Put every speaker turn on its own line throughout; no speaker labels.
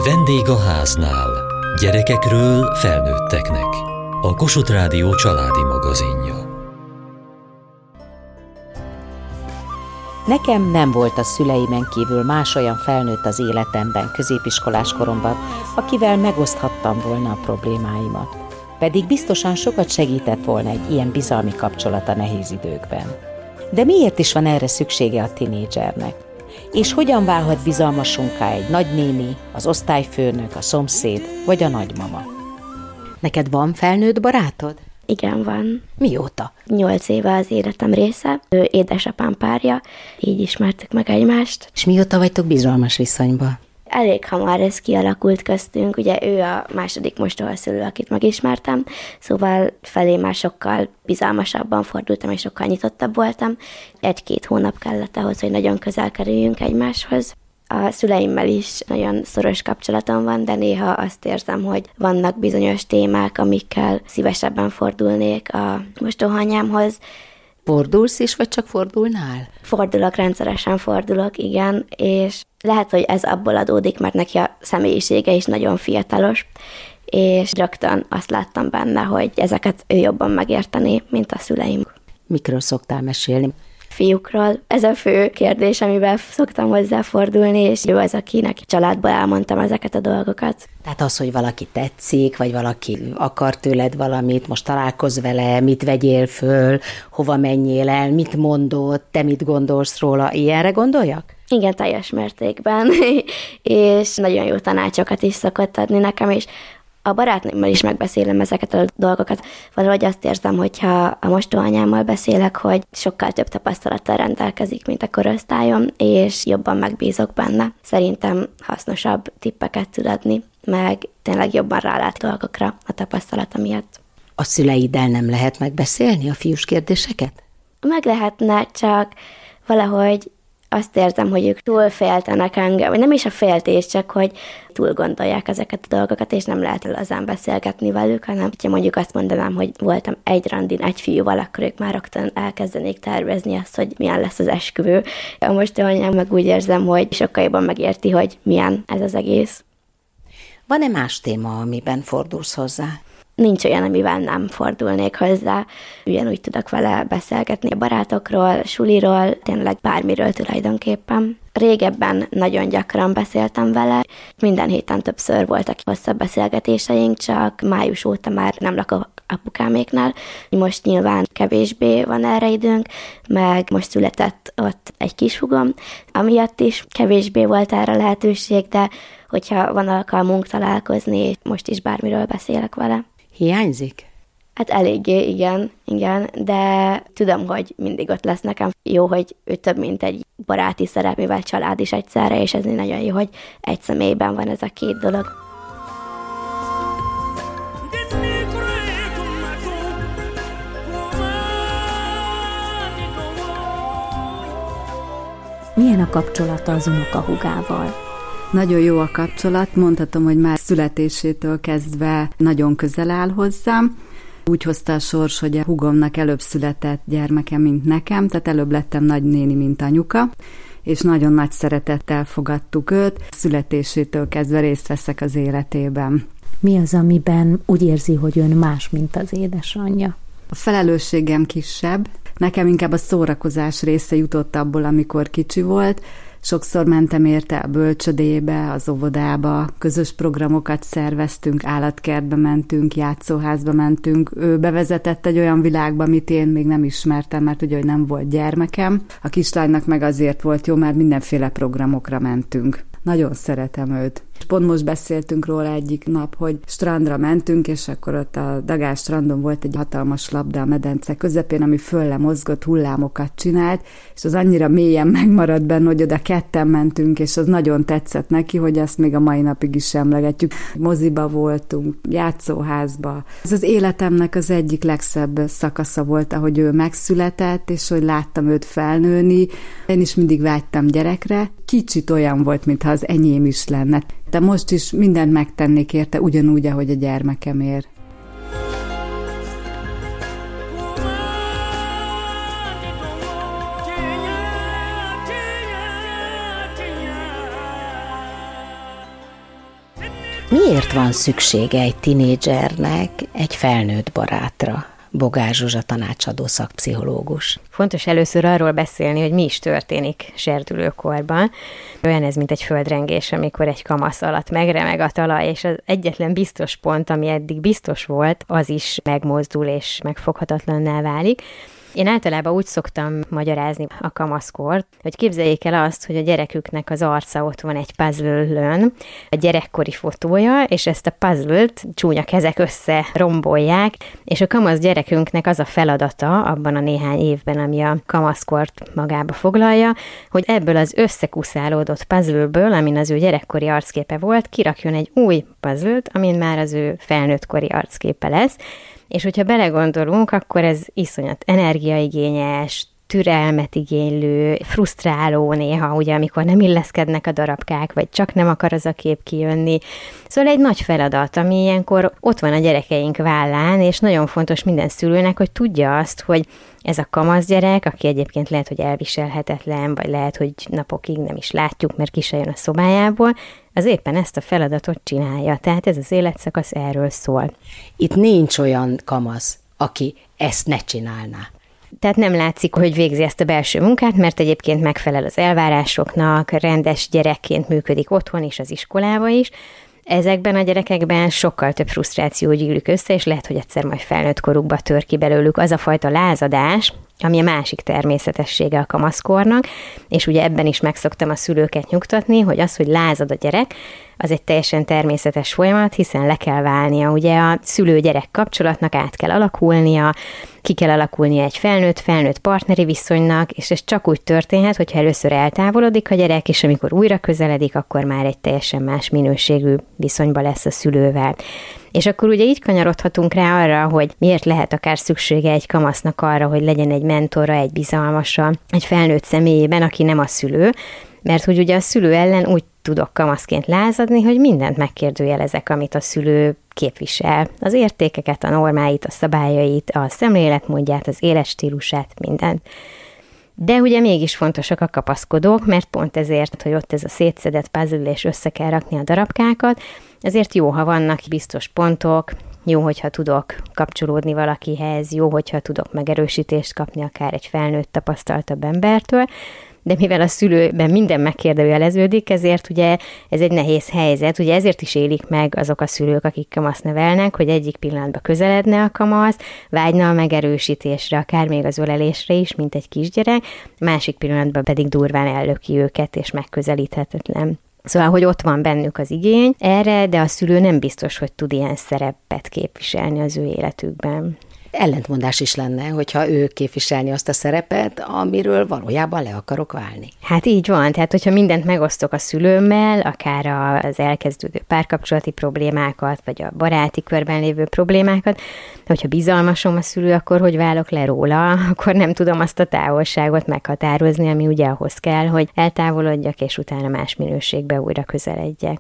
Vendég a háznál. Gyerekekről felnőtteknek. A Kossuth Rádió családi magazinja.
Nekem nem volt a szüleimen kívül más olyan felnőtt az életemben, középiskolás koromban, akivel megoszthattam volna a problémáimat. Pedig biztosan sokat segített volna egy ilyen bizalmi kapcsolat a nehéz időkben. De miért is van erre szüksége a tinédzsernek? És hogyan válhat bizalmasunká egy nagynéni, az osztályfőnök, a szomszéd vagy a nagymama? Neked van felnőtt barátod?
Igen, van.
Mióta?
8 éve az életem része. Ő édesapám párja, így ismertük meg egymást.
És mióta vagytok bizalmas viszonyban?
Elég hamar ez kialakult köztünk, ugye ő a második mostohaszülő, akit megismertem, szóval felé már sokkal bizalmasabban fordultam, és sokkal nyitottabb voltam. 1-2 hónap kellett ahhoz, hogy nagyon közel kerüljünk egymáshoz. A szüleimmel is nagyon szoros kapcsolatom van, de néha azt érzem, hogy vannak bizonyos témák, amikkel szívesebben fordulnék a mostohanyámhoz.
Fordulsz is, vagy csak fordulnál?
Fordulok, rendszeresen fordulok, igen, és lehet, hogy ez abból adódik, mert neki a személyisége is nagyon fiatalos, és rögtön azt láttam benne, hogy ezeket ő jobban megértené, mint a szüleim.
Mikről szoktál mesélni?
Fiúkról. Ez a fő kérdés, amivel szoktam hozzáfordulni, és ő az, akinek családból elmondtam ezeket a dolgokat.
Tehát az, hogy valaki tetszik, vagy valaki akar tőled valamit, most találkozz vele, mit vegyél föl, hova menjél el, mit mondott, te mit gondolsz róla, ilyenre gondoljak?
Igen, teljes mértékben, és nagyon jó tanácsokat is szokott adni nekem, és a barátnőmmel is megbeszélem ezeket a dolgokat. Valahogy azt érzem, hogyha a mostohanyámmal beszélek, hogy sokkal több tapasztalattal rendelkezik, mint a korosztályom, és jobban megbízok benne. Szerintem hasznosabb tippeket tud adni, meg tényleg jobban rálát dolgokra a tapasztalata miatt.
A szüleiddel nem lehet megbeszélni a fiús kérdéseket?
Meg lehetne, csak valahogy azt érzem, hogy ők túl féltenek engem, vagy nem is a féltés, csak hogy túl gondolják ezeket a dolgokat, és nem lehet lazán beszélgetni velük, hanem ha mondjuk azt mondanám, hogy voltam egy randin egy fiúval, akkor ők már rögtön elkezdenék tervezni azt, hogy milyen lesz az esküvő. Most anyám meg úgy érzem, hogy sokkal jobban megérti, hogy milyen ez az egész.
Van-e más téma, amiben fordulsz hozzá?
Nincs olyan, amivel nem fordulnék hozzá. Ugyanúgy tudok vele beszélgetni a barátokról, suliról, tényleg bármiről tulajdonképpen. Régebben nagyon gyakran beszéltem vele, minden héten többször voltak hosszabb beszélgetéseink, csak május óta már nem lakok apukáméknál. Most nyilván kevésbé van erre időnk, meg most született ott egy kishúgom, amiatt is kevésbé volt erre lehetőség, de hogyha van alkalmunk találkozni, most is bármiről beszélek vele.
Hiányzik?
Hát eléggé, igen, de tudom, hogy mindig ott lesz nekem. Jó, hogy ő több, mint egy baráti szerep, mivel család is egyszerre, és ez nagyon jó, hogy egy személyben van ez a két dolog.
Milyen a kapcsolata az unokahúgával?
Nagyon jó a kapcsolat, mondhatom, hogy már születésétől kezdve nagyon közel áll hozzám. Úgy hozta a sors, hogy a húgomnak előbb született gyermeke, mint nekem, tehát előbb lettem nagynéni, mint anyuka, és nagyon nagy szeretettel fogadtuk őt. Születésétől kezdve részt veszek az életében.
Mi az, amiben úgy érzi, hogy ön más, mint az édesanyja?
A felelősségem kisebb. Nekem inkább a szórakozás része jutott abból, amikor kicsi volt. Sokszor mentem érte a bölcsödébe, az óvodába, közös programokat szerveztünk, állatkertbe mentünk, játszóházba mentünk. Ő bevezetett egy olyan világba, amit én még nem ismertem, mert ugye, hogy nem volt gyermekem. A kislánynak meg azért volt jó, mert mindenféle programokra mentünk. Nagyon szeretem őt. Pont most beszéltünk róla egyik nap, hogy strandra mentünk, és akkor ott a Dagás strandon volt egy hatalmas labda a medence közepén, ami fölle mozgott, hullámokat csinált, és az annyira mélyen megmaradt benne, hogy oda ketten mentünk, és az nagyon tetszett neki, hogy azt még a mai napig is emlegetjük. Moziba voltunk, játszóházba. Ez az életemnek az egyik legszebb szakasza volt, ahogy ő megszületett, és hogy láttam őt felnőni. Én is mindig vágytam gyerekre. Kicsit olyan volt, mintha az enyém is lenne. De most is mindent megtennék érte, ugyanúgy, ahogy a gyermekemért.
Miért van szüksége egy tinédzsernek egy felnőtt barátra? Bogár Zsuzsa tanácsadó szakpszichológus.
Fontos először arról beszélni, hogy mi is történik serdülőkorban. Olyan ez, mint egy földrengés, amikor egy kamasz alatt megremeg a talaj, és az egyetlen biztos pont, ami eddig biztos volt, az is megmozdul és megfoghatatlanná válik. Én általában úgy szoktam magyarázni a kamaszkort, hogy képzeljék el azt, hogy a gyereküknek az arca ott van egy puzzle-lön, a gyerekkori fotója, és ezt a puzzle-t csúnya kezek össze rombolják, és a kamasz gyerekünknek az a feladata abban a néhány évben, ami a kamaszkort magába foglalja, hogy ebből az összekuszálódott puzzle-ből, amin az ő gyerekkori arcképe volt, kirakjon egy új puzzle-t, amin már az ő felnőttkori arcképe lesz. És hogyha belegondolunk, akkor ez iszonyat energiaigényes, türelmet igénylő, frusztráló néha, ugye, amikor nem illeszkednek a darabkák, vagy csak nem akar az a kép kijönni. Szóval egy nagy feladat, ami ilyenkor ott van a gyerekeink vállán, és nagyon fontos minden szülőnek, hogy tudja azt, hogy ez a kamasz gyerek, aki egyébként lehet, hogy elviselhetetlen, vagy lehet, hogy napokig nem is látjuk, mert ki se jön a szobájából, az éppen ezt a feladatot csinálja. Tehát ez az életszakasz erről szól.
Itt nincs olyan kamasz, aki ezt ne csinálná.
Tehát nem látszik, hogy végzi ezt a belső munkát, mert egyébként megfelel az elvárásoknak, rendes gyerekként működik otthon is, az iskolába is. Ezekben a gyerekekben sokkal több frusztráció gyűlik össze, és lehet, hogy egyszer majd felnőtt korukba tör ki belőlük az a fajta lázadás, ami a másik természetessége a kamaszkornak, és ugye ebben is megszoktam a szülőket nyugtatni, hogy az, hogy lázad a gyerek, az egy teljesen természetes folyamat, hiszen le kell válnia. Ugye a szülő-gyerek kapcsolatnak át kell alakulnia, ki kell alakulnia egy felnőtt partneri viszonynak, és ez csak úgy történhet, hogyha először eltávolodik a gyerek, és amikor újra közeledik, akkor már egy teljesen más minőségű viszonyba lesz a szülővel. És akkor ugye így kanyarodhatunk rá arra, hogy miért lehet akár szüksége egy kamasznak arra, hogy legyen egy mentora, egy bizalmasa, egy felnőtt személyében, aki nem a szülő, mert hogy ugye a szülő ellen úgy tudok kamaszként lázadni, hogy mindent megkérdőjelezek, amit a szülő képvisel. Az értékeket, a normáit, a szabályait, a szemléletmódját, az életstílusát, mindent. De ugye mégis fontosak a kapaszkodók, mert pont ezért, hogy ott ez a szétszedett puzzle és össze kell rakni a darabkákat, ezért jó, ha vannak biztos pontok, jó, hogyha tudok kapcsolódni valakihez, jó, hogyha tudok megerősítést kapni akár egy felnőtt, tapasztaltabb embertől, de mivel a szülőben minden megkérdőjeleződik, ezért ugye ez egy nehéz helyzet, ugye ezért is élik meg azok a szülők, akik kamaszt nevelnek, hogy egyik pillanatban közeledne a kamasz, vágyna a megerősítésre, akár még az ölelésre is, mint egy kisgyerek, másik pillanatban pedig durván ellöki őket, és megközelíthetetlen. Szóval, hogy ott van bennük az igény erre, de a szülő nem biztos, hogy tud ilyen szerepet képviselni az ő életükben.
Ellentmondás is lenne, hogyha ő képviselni azt a szerepet, amiről valójában le akarok válni.
Hát így van, tehát hogyha mindent megosztok a szülőmmel, akár az elkezdődő párkapcsolati problémákat, vagy a baráti körben lévő problémákat, hogyha bizalmasom a szülő, akkor hogy válok le róla, akkor nem tudom azt a távolságot meghatározni, ami ugye ahhoz kell, hogy eltávolodjak, és utána más minőségbe újra közeledjek.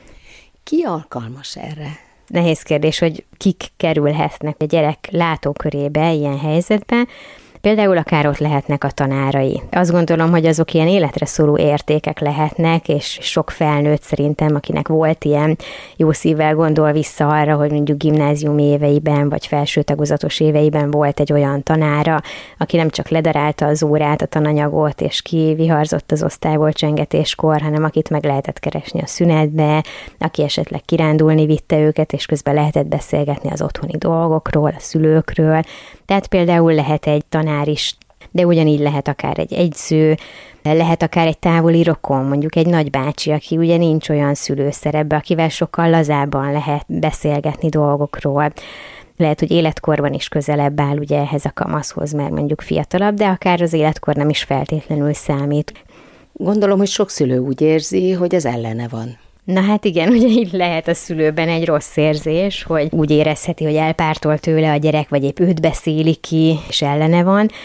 Ki alkalmas erre?
Nehéz kérdés, hogy kik kerülhetnek a gyerek látókörébe ilyen helyzetben. Például akár ott lehetnek a tanárai. Azt gondolom, hogy azok ilyen életre szóló értékek lehetnek, és sok felnőtt szerintem, akinek volt ilyen, jó szívvel gondol vissza arra, hogy mondjuk gimnáziumi éveiben, vagy felső tagozatos éveiben volt egy olyan tanára, aki nem csak ledarálta az órát, a tananyagot, és kiviharzott az osztályból csengetéskor, hanem akit meg lehetett keresni a szünetbe, aki esetleg kirándulni vitte őket, és közben lehetett beszélgetni az otthoni dolgokról, a szülőkről. Tehát például lehet egy tanár is, de ugyanígy lehet akár egy egyző, lehet akár egy távoli rokon, mondjuk egy nagybácsi, aki ugye nincs olyan szülőszerepben, akivel sokkal lazábban lehet beszélgetni dolgokról. Lehet, hogy életkorban is közelebb áll ugye ehhez a kamaszhoz, mert mondjuk fiatalabb, de akár az életkor nem is feltétlenül számít.
Gondolom, hogy sok szülő úgy érzi, hogy ez ellene van.
Na hát igen, ugye így lehet a szülőben egy rossz érzés, hogy úgy érezheti, hogy elpártol tőle a gyerek, vagy épp őt beszéli ki, és ellene van.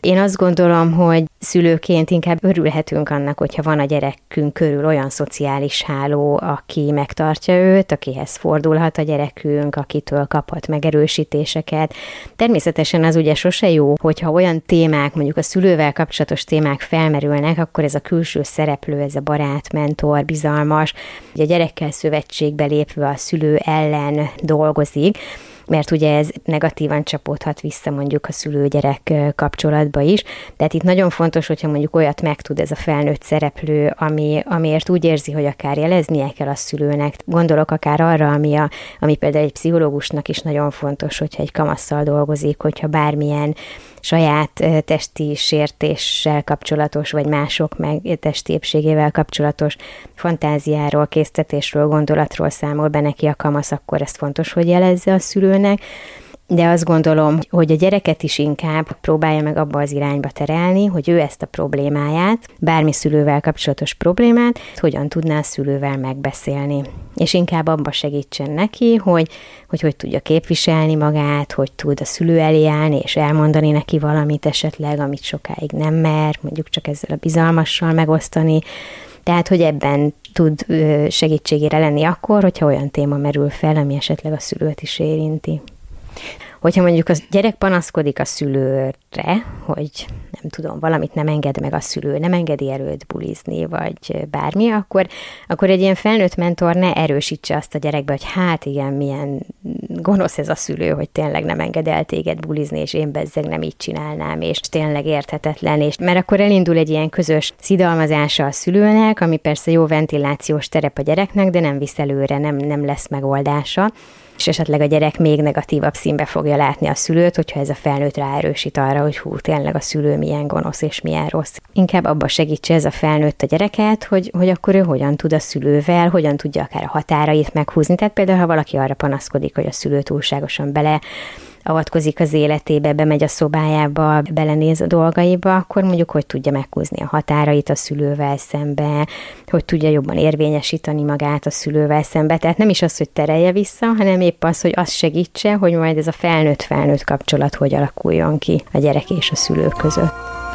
Én azt gondolom, hogy szülőként inkább örülhetünk annak, hogyha van a gyerekünk körül olyan szociális háló, aki megtartja őt, akihez fordulhat a gyerekünk, akitől kaphat megerősítéseket. Természetesen az ugye sose jó, hogyha olyan témák, mondjuk a szülővel kapcsolatos témák felmerülnek, akkor ez a külső szereplő, ez a barát, mentor, bizalmas, hogy a gyerekkel szövetségbe lépve a szülő ellen dolgozik, mert ugye ez negatívan csapódhat vissza mondjuk a szülő-gyerek kapcsolatba is. Tehát itt nagyon fontos, hogyha mondjuk olyat megtud ez a felnőtt szereplő, amiért úgy érzi, hogy akár jeleznie kell a szülőnek. Gondolok akár arra, ami például egy pszichológusnak is nagyon fontos, hogyha egy kamasszal dolgozik, hogyha bármilyen saját testi sértéssel kapcsolatos, vagy mások meg testi épségével kapcsolatos fantáziáról, késztetésről, gondolatról számol be neki a kamasz, akkor ezt fontos, hogy jelezze a szülőnek. De azt gondolom, hogy a gyereket is inkább próbálja meg abba az irányba terelni, hogy ő ezt a problémáját, bármi szülővel kapcsolatos problémát, hogyan tudná a szülővel megbeszélni. És inkább abba segítsen neki, hogy tudja képviselni magát, hogy tud a szülő elé állni, és elmondani neki valamit esetleg, amit sokáig nem mer, mondjuk csak ezzel a bizalmassal megosztani. Tehát, hogy ebben tud segítségére lenni akkor, hogyha olyan téma merül fel, ami esetleg a szülőt is érinti. Hogyha mondjuk a gyerek panaszkodik a szülőre, hogy nem tudom, valamit nem enged meg a szülő, nem engedi előtt bulizni, vagy bármi, akkor egy ilyen felnőtt mentor ne erősítse azt a gyerekbe, hogy hát igen, milyen gonosz ez a szülő, hogy tényleg nem enged el téged bulizni, és én bezzeg nem így csinálnám, és tényleg érthetetlen, mert akkor elindul egy ilyen közös szidalmazása a szülőnek, ami persze jó ventilációs terep a gyereknek, de nem visz előre, nem lesz megoldása. És esetleg a gyerek még negatívabb színbe fogja látni a szülőt, hogyha ez a felnőtt ráerősít arra, hogy tényleg a szülő milyen gonosz és milyen rossz. Inkább abba segítse ez a felnőtt a gyereket, hogy akkor ő hogyan tud a szülővel, hogyan tudja akár a határait meghúzni. Tehát például, ha valaki arra panaszkodik, hogy a szülő túlságosan avatkozik az életébe, bemegy a szobájába, belenéz a dolgaiba, akkor mondjuk, hogy tudja meghúzni a határait a szülővel szembe, hogy tudja jobban érvényesíteni magát a szülővel szembe. Tehát nem is az, hogy terelje vissza, hanem épp az, hogy azt segítse, hogy majd ez a felnőtt kapcsolat hogy alakuljon ki a gyerek és a szülő között.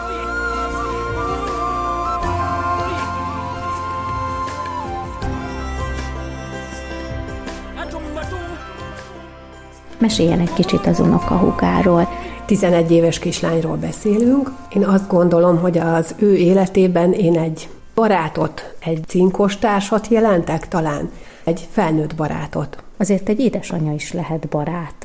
Meséljen egy kicsit az unokahúgáról.
11 éves kislányról beszélünk. Én azt gondolom, hogy az ő életében én egy barátot, egy cinkostársat jelentek talán, egy felnőtt barátot.
Azért egy édesanyja is lehet barát.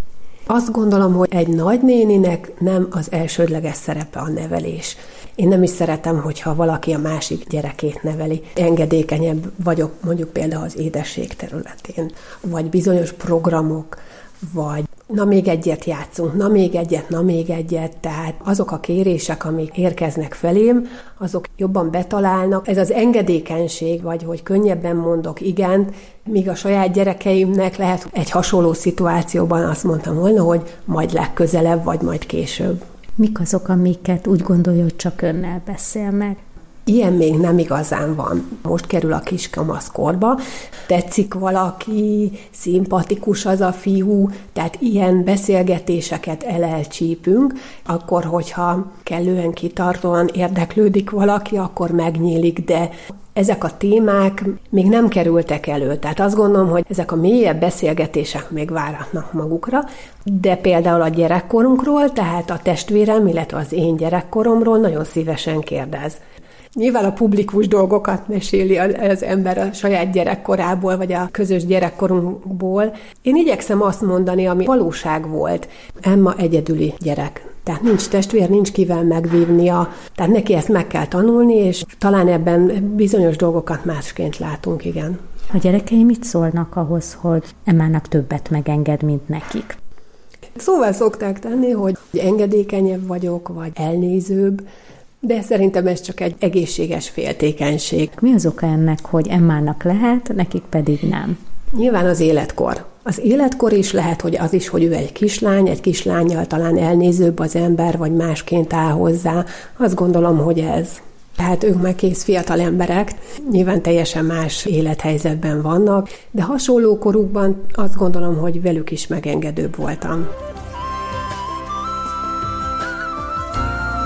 Azt gondolom, hogy egy nagynéninek nem az elsődleges szerepe a nevelés. Én nem is szeretem, hogyha valaki a másik gyerekét neveli. Engedékenyebb vagyok mondjuk például az édesség területén, vagy bizonyos programok, vagy na még egyet játszunk, na még egyet, tehát azok a kérések, amik érkeznek felém, azok jobban betalálnak. Ez az engedékenység, vagy hogy könnyebben mondok igent, míg a saját gyerekeimnek lehet egy hasonló szituációban azt mondtam volna, hogy majd legközelebb, vagy majd később.
Mik azok, amiket úgy gondolja, hogy csak önnel beszél meg?
Ilyen még nem igazán van. Most kerül a kiskamasz korba, tetszik valaki, szimpatikus az a fiú, tehát ilyen beszélgetéseket elcsípünk, akkor, hogyha kellően kitartóan érdeklődik valaki, akkor megnyílik, de ezek a témák még nem kerültek elő. Tehát azt gondolom, hogy ezek a mélyebb beszélgetések még váratnak magukra, de például a gyerekkorunkról, tehát a testvérem, illetve az én gyerekkoromról nagyon szívesen kérdez. Nyilván a publikus dolgokat meséli az ember a saját gyerekkorából, vagy a közös gyerekkorunkból. Én igyekszem azt mondani, ami valóság volt. Emma egyedüli gyerek. Tehát nincs testvér, nincs kivel megvívnia. Tehát neki ezt meg kell tanulni, és talán ebben bizonyos dolgokat másként látunk, igen.
A gyerekeim mit szólnak ahhoz, hogy Emmának többet megenged, mint nekik?
Szóval szokták tenni, hogy engedékenyebb vagyok, vagy elnézőbb, de szerintem ez csak egy egészséges féltékenység.
Mi az oka ennek, hogy Emmának lehet, nekik pedig nem?
Nyilván az életkor. Az életkor is lehet, hogy az is, hogy ő egy kislánnyal talán elnézőbb az ember, vagy másként áll hozzá. Azt gondolom, hogy ez. Tehát ők már kész fiatal emberek, nyilván teljesen más élethelyzetben vannak, de hasonló korukban azt gondolom, hogy velük is megengedőbb voltam.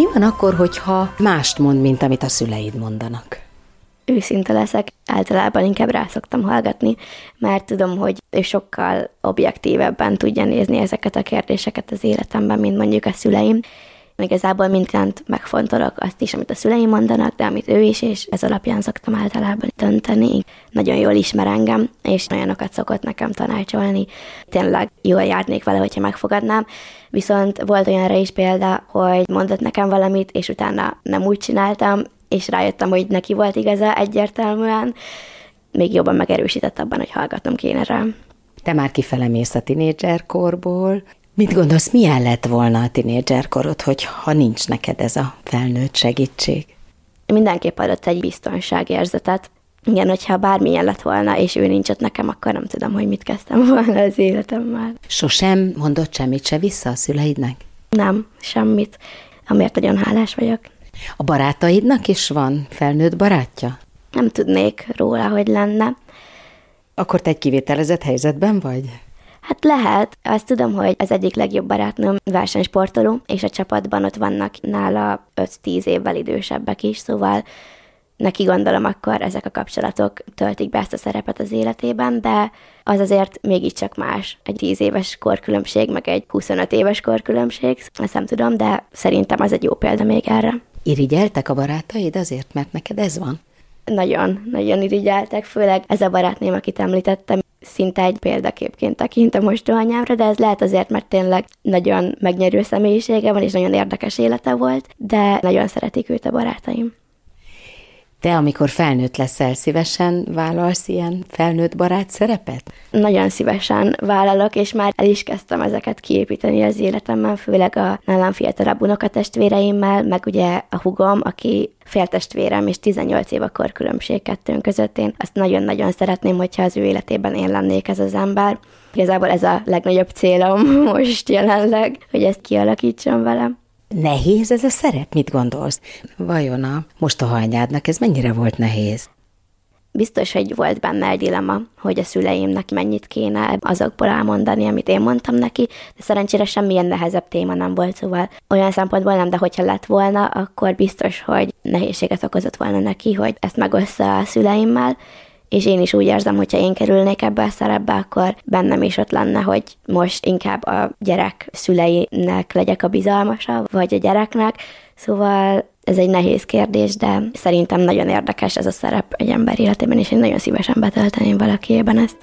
Mi van akkor, hogyha mást mond, mint amit a szüleid mondanak?
Őszinte leszek, általában inkább rá szoktam hallgatni, mert tudom, hogy ő sokkal objektívebben tudja nézni ezeket a kérdéseket az életemben, mint mondjuk a szüleim. Igazából mindent megfontolok, azt is, amit a szüleim mondanak, de amit ő is, és ez alapján szoktam általában dönteni. Nagyon jól ismer engem, és olyanokat szokott nekem tanácsolni. Tényleg jól járnék vele, hogyha megfogadnám. Viszont volt olyanra is példa, hogy mondott nekem valamit, és utána nem úgy csináltam, és rájöttem, hogy neki volt igaza egyértelműen. Még jobban megerősített abban, hogy hallgatnom kéne rá.
Te már kifele mész a tinédzserkorból. Mit gondolsz, milyen lett volna a tinédzserkorod, ha nincs neked ez a felnőtt segítség?
Mindenképp adott egy biztonságérzetet. Igen, hogyha bármilyen lett volna, és ő nincs ott nekem, akkor nem tudom, hogy mit kezdtem volna az életemmel.
Sosem mondott semmit se vissza a szüleidnek?
Nem, semmit. Amiért nagyon hálás vagyok.
A barátaidnak is van felnőtt barátja?
Nem tudnék róla, hogy lenne.
Akkor te egy kivételezett helyzetben vagy?
Hát lehet. Azt tudom, hogy az egyik legjobb barátnőm versenysportoló, és a csapatban ott vannak nála 5-10 évvel idősebbek is, szóval neki gondolom akkor ezek a kapcsolatok töltik be ezt a szerepet az életében, de az azért mégiscsak más. Egy 10 éves korkülönbség, meg egy 25 éves korkülönbség, ezt nem tudom, de szerintem az egy jó példa még erre.
Irigyeltek a barátaid azért, mert neked ez van?
Nagyon, nagyon irigyeltek, főleg ez a barátném, akit említettem, szinte egy példaképként tekint a mostohanyámra, de ez lehet azért, mert tényleg nagyon megnyerő személyisége van, és nagyon érdekes élete volt, de nagyon szeretik őt a barátaim.
Te, amikor felnőtt leszel, szívesen vállalsz ilyen felnőtt barát szerepet?
Nagyon szívesen vállalok, és már el is kezdtem ezeket kiépíteni az életemben, főleg a nálam fiatalabb unokatestvéreimmel, meg ugye a hugom, aki féltestvérem, és 18 év a korkülönbség kettőnk között. Én azt nagyon-nagyon szeretném, hogyha az ő életében én lennék ez az ember. Igazából ez a legnagyobb célom most jelenleg, hogy ezt kialakítsam vele.
Nehéz ez a szerep? Mit gondolsz? Vajon a mostohaanyádnak ez mennyire volt nehéz?
Biztos, hogy volt benne egy dilemma, hogy a szüleimnek mennyit kéne azokból elmondani, amit én mondtam neki, de szerencsére semmilyen nehezebb téma nem volt, szóval olyan szempontból nem, de hogyha lett volna, akkor biztos, hogy nehézséget okozott volna neki, hogy ezt megossza a szüleimmel, és én is úgy érzem, hogyha én kerülnék ebbe a szerepbe, akkor bennem is ott lenne, hogy most inkább a gyerek szüleinek legyek a bizalmasa, vagy a gyereknek. Szóval ez egy nehéz kérdés, de szerintem nagyon érdekes ez a szerep egy ember életében, és én nagyon szívesen betölteném valakiében ezt.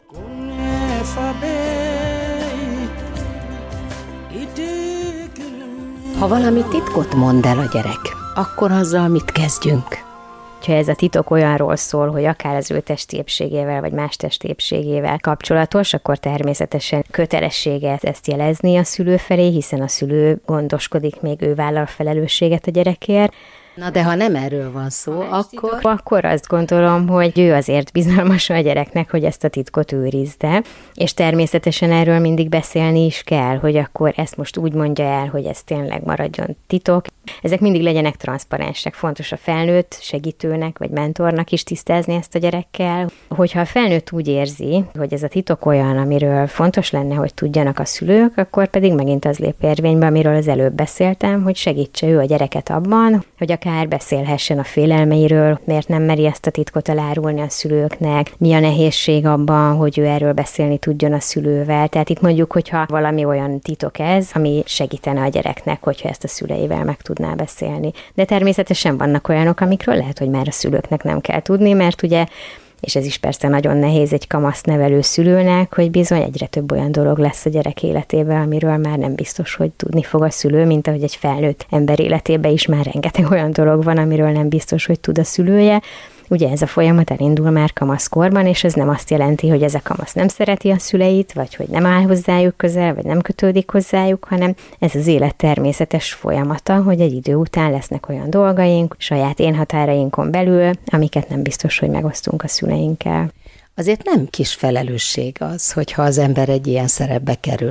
Ha valami titkot mond el a gyerek, akkor azzal mit kezdjünk?
Ha ez a titok olyanról szól, hogy akár az ő testi épségével, vagy más testi épségével kapcsolatos, akkor természetesen kötelessége ezt jelezni a szülő felé, hiszen a szülő gondoskodik, még ő vállal felelősséget a gyerekért.
Na de ha nem erről van szó,
akkor azt gondolom, hogy ő azért bizalmas a gyereknek, hogy ezt a titkot őrizze, és természetesen erről mindig beszélni is kell, hogy akkor ezt most úgy mondja el, hogy ez tényleg maradjon titok. Ezek mindig legyenek transzparensek. Fontos a felnőtt segítőnek vagy mentornak is tisztázni ezt a gyerekkel. Hogyha a felnőtt úgy érzi, hogy ez a titok olyan, amiről fontos lenne, hogy tudjanak a szülők, akkor pedig megint az lép érvénybe, amiről az előbb beszéltem, hogy segítse ő a gyereket abban, hogy akár beszélhessen a félelmeiről, miért nem meri ezt a titkot elárulni a szülőknek, mi a nehézség abban, hogy ő erről beszélni tudjon a szülővel. Tehát itt mondjuk, hogyha valami olyan titok ez, ami segítene a gyereknek, hogyha ezt a szüleivel meg tudná beszélni. De természetesen vannak olyanok, amikről lehet, hogy már a szülőknek nem kell tudni, mert ugye, és ez is persze nagyon nehéz egy kamaszt nevelő szülőnek, hogy bizony egyre több olyan dolog lesz a gyerek életében, amiről már nem biztos, hogy tudni fog a szülő, mint ahogy egy felnőtt ember életében is már rengeteg olyan dolog van, amiről nem biztos, hogy tud a szülője. Ugye ez a folyamat elindul már kamaszkorban, és ez nem azt jelenti, hogy ez a kamasz nem szereti a szüleit, vagy hogy nem áll hozzájuk közel, vagy nem kötődik hozzájuk, hanem ez az élet természetes folyamata, hogy egy idő után lesznek olyan dolgaink, saját énhatárainkon belül, amiket nem biztos, hogy megosztunk a szüleinkkel.
Azért nem kis felelősség az, hogyha az ember egy ilyen szerepbe kerül.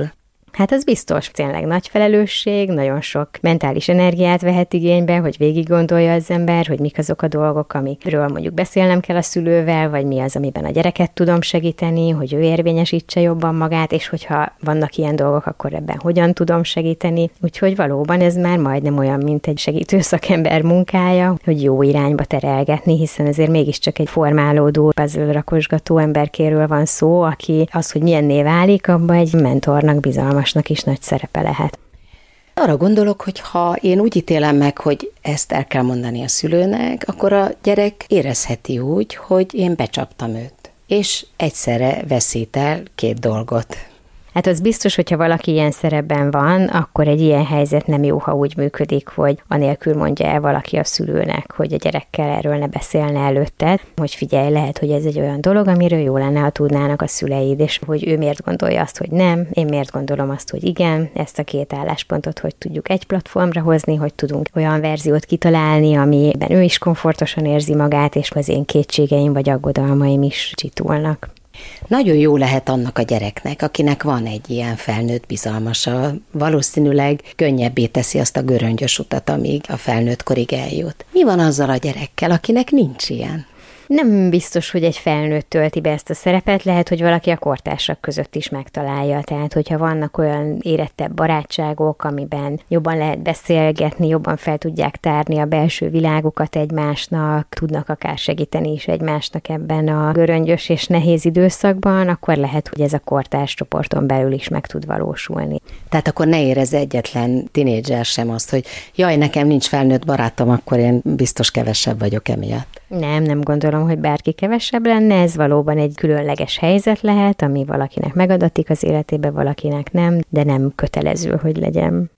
Hát az biztos, tényleg nagy felelősség, nagyon sok mentális energiát vehet igénybe, hogy végig gondolja az ember, hogy mik azok a dolgok, amikről mondjuk beszélnem kell a szülővel, vagy mi az, amiben a gyereket tudom segíteni, hogy ő érvényesítse jobban magát, és hogyha vannak ilyen dolgok, akkor ebben hogyan tudom segíteni. Úgyhogy valóban ez már majdnem olyan, mint egy segítő szakember munkája, hogy jó irányba terelgetni, hiszen ezért mégiscsak egy formálódó, puzzle rakosgató emberkéről van szó, aki az, hogy milyenné válik, abban egy mentornak, bizalmasnak is nagy szerepe lehet.
Arra gondolok, hogy ha én úgy ítélem meg, hogy ezt el kell mondani a szülőnek, akkor a gyerek érezheti úgy, hogy én becsaptam őt, és egyszerre veszít el 2 dolgot.
Hát az biztos, hogyha valaki ilyen szerepben van, akkor egy ilyen helyzet nem jó, ha úgy működik, hogy anélkül mondja el valaki a szülőnek, hogy a gyerekkel erről ne beszélne előtte, hogy figyelj, lehet, hogy ez egy olyan dolog, amiről jó lenne, ha tudnának a szüleid, és hogy ő miért gondolja azt, hogy nem, én miért gondolom azt, hogy igen, ezt a 2 álláspontot, hogy tudjuk egy platformra hozni, hogy tudunk olyan verziót kitalálni, amiben ő is komfortosan érzi magát, és az én kétségeim vagy aggodalmaim is csitulnak.
Nagyon jó lehet annak a gyereknek, akinek van egy ilyen felnőtt bizalmasa, valószínűleg könnyebbé teszi azt a göröngyös utat, amíg a felnőtt korig eljut. Mi van azzal a gyerekkel, akinek nincs ilyen?
Nem biztos, hogy egy felnőtt tölti be ezt a szerepet, lehet, hogy valaki a kortársak között is megtalálja. Tehát, hogyha vannak olyan érettebb barátságok, amiben jobban lehet beszélgetni, jobban fel tudják tárni a belső világukat egymásnak, tudnak akár segíteni is egymásnak ebben a göröngyös és nehéz időszakban, akkor lehet, hogy ez a kortárs csoporton belül is meg tud valósulni.
Tehát akkor ne érezze egyetlen tinédzser sem azt, hogy jaj, nekem nincs felnőtt barátom, akkor én biztos kevesebb vagyok emiatt.
Nem gondolom, hogy bárki kevesebb lenne, ez valóban egy különleges helyzet lehet, ami valakinek megadatik az életébe, valakinek nem, de nem kötelező, hogy legyen.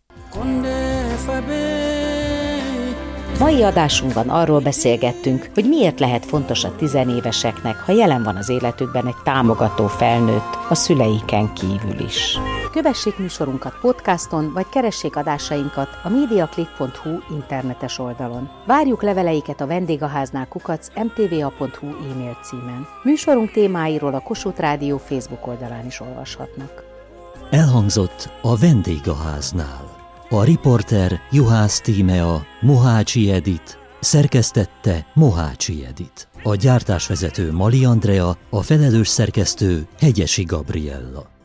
Mai adásunkban arról beszélgettünk, hogy miért lehet fontos a tizenéveseknek, ha jelen van az életükben egy támogató felnőtt, a szüleiken kívül is. Kövessék műsorunkat podcaston, vagy keressék adásainkat a mediaclick.hu internetes oldalon. Várjuk leveleiket a vendégháznál @mtva.hu e-mail címen. Műsorunk témáiról a Kossuth Rádió Facebook oldalán is olvashatnak.
Elhangzott a vendégháznál. A riporter Juhász Tímea, Mohácsi Edit, szerkesztette Mohácsi Edit. A gyártásvezető Mali Andrea, a felelős szerkesztő Hegyesi Gabriella.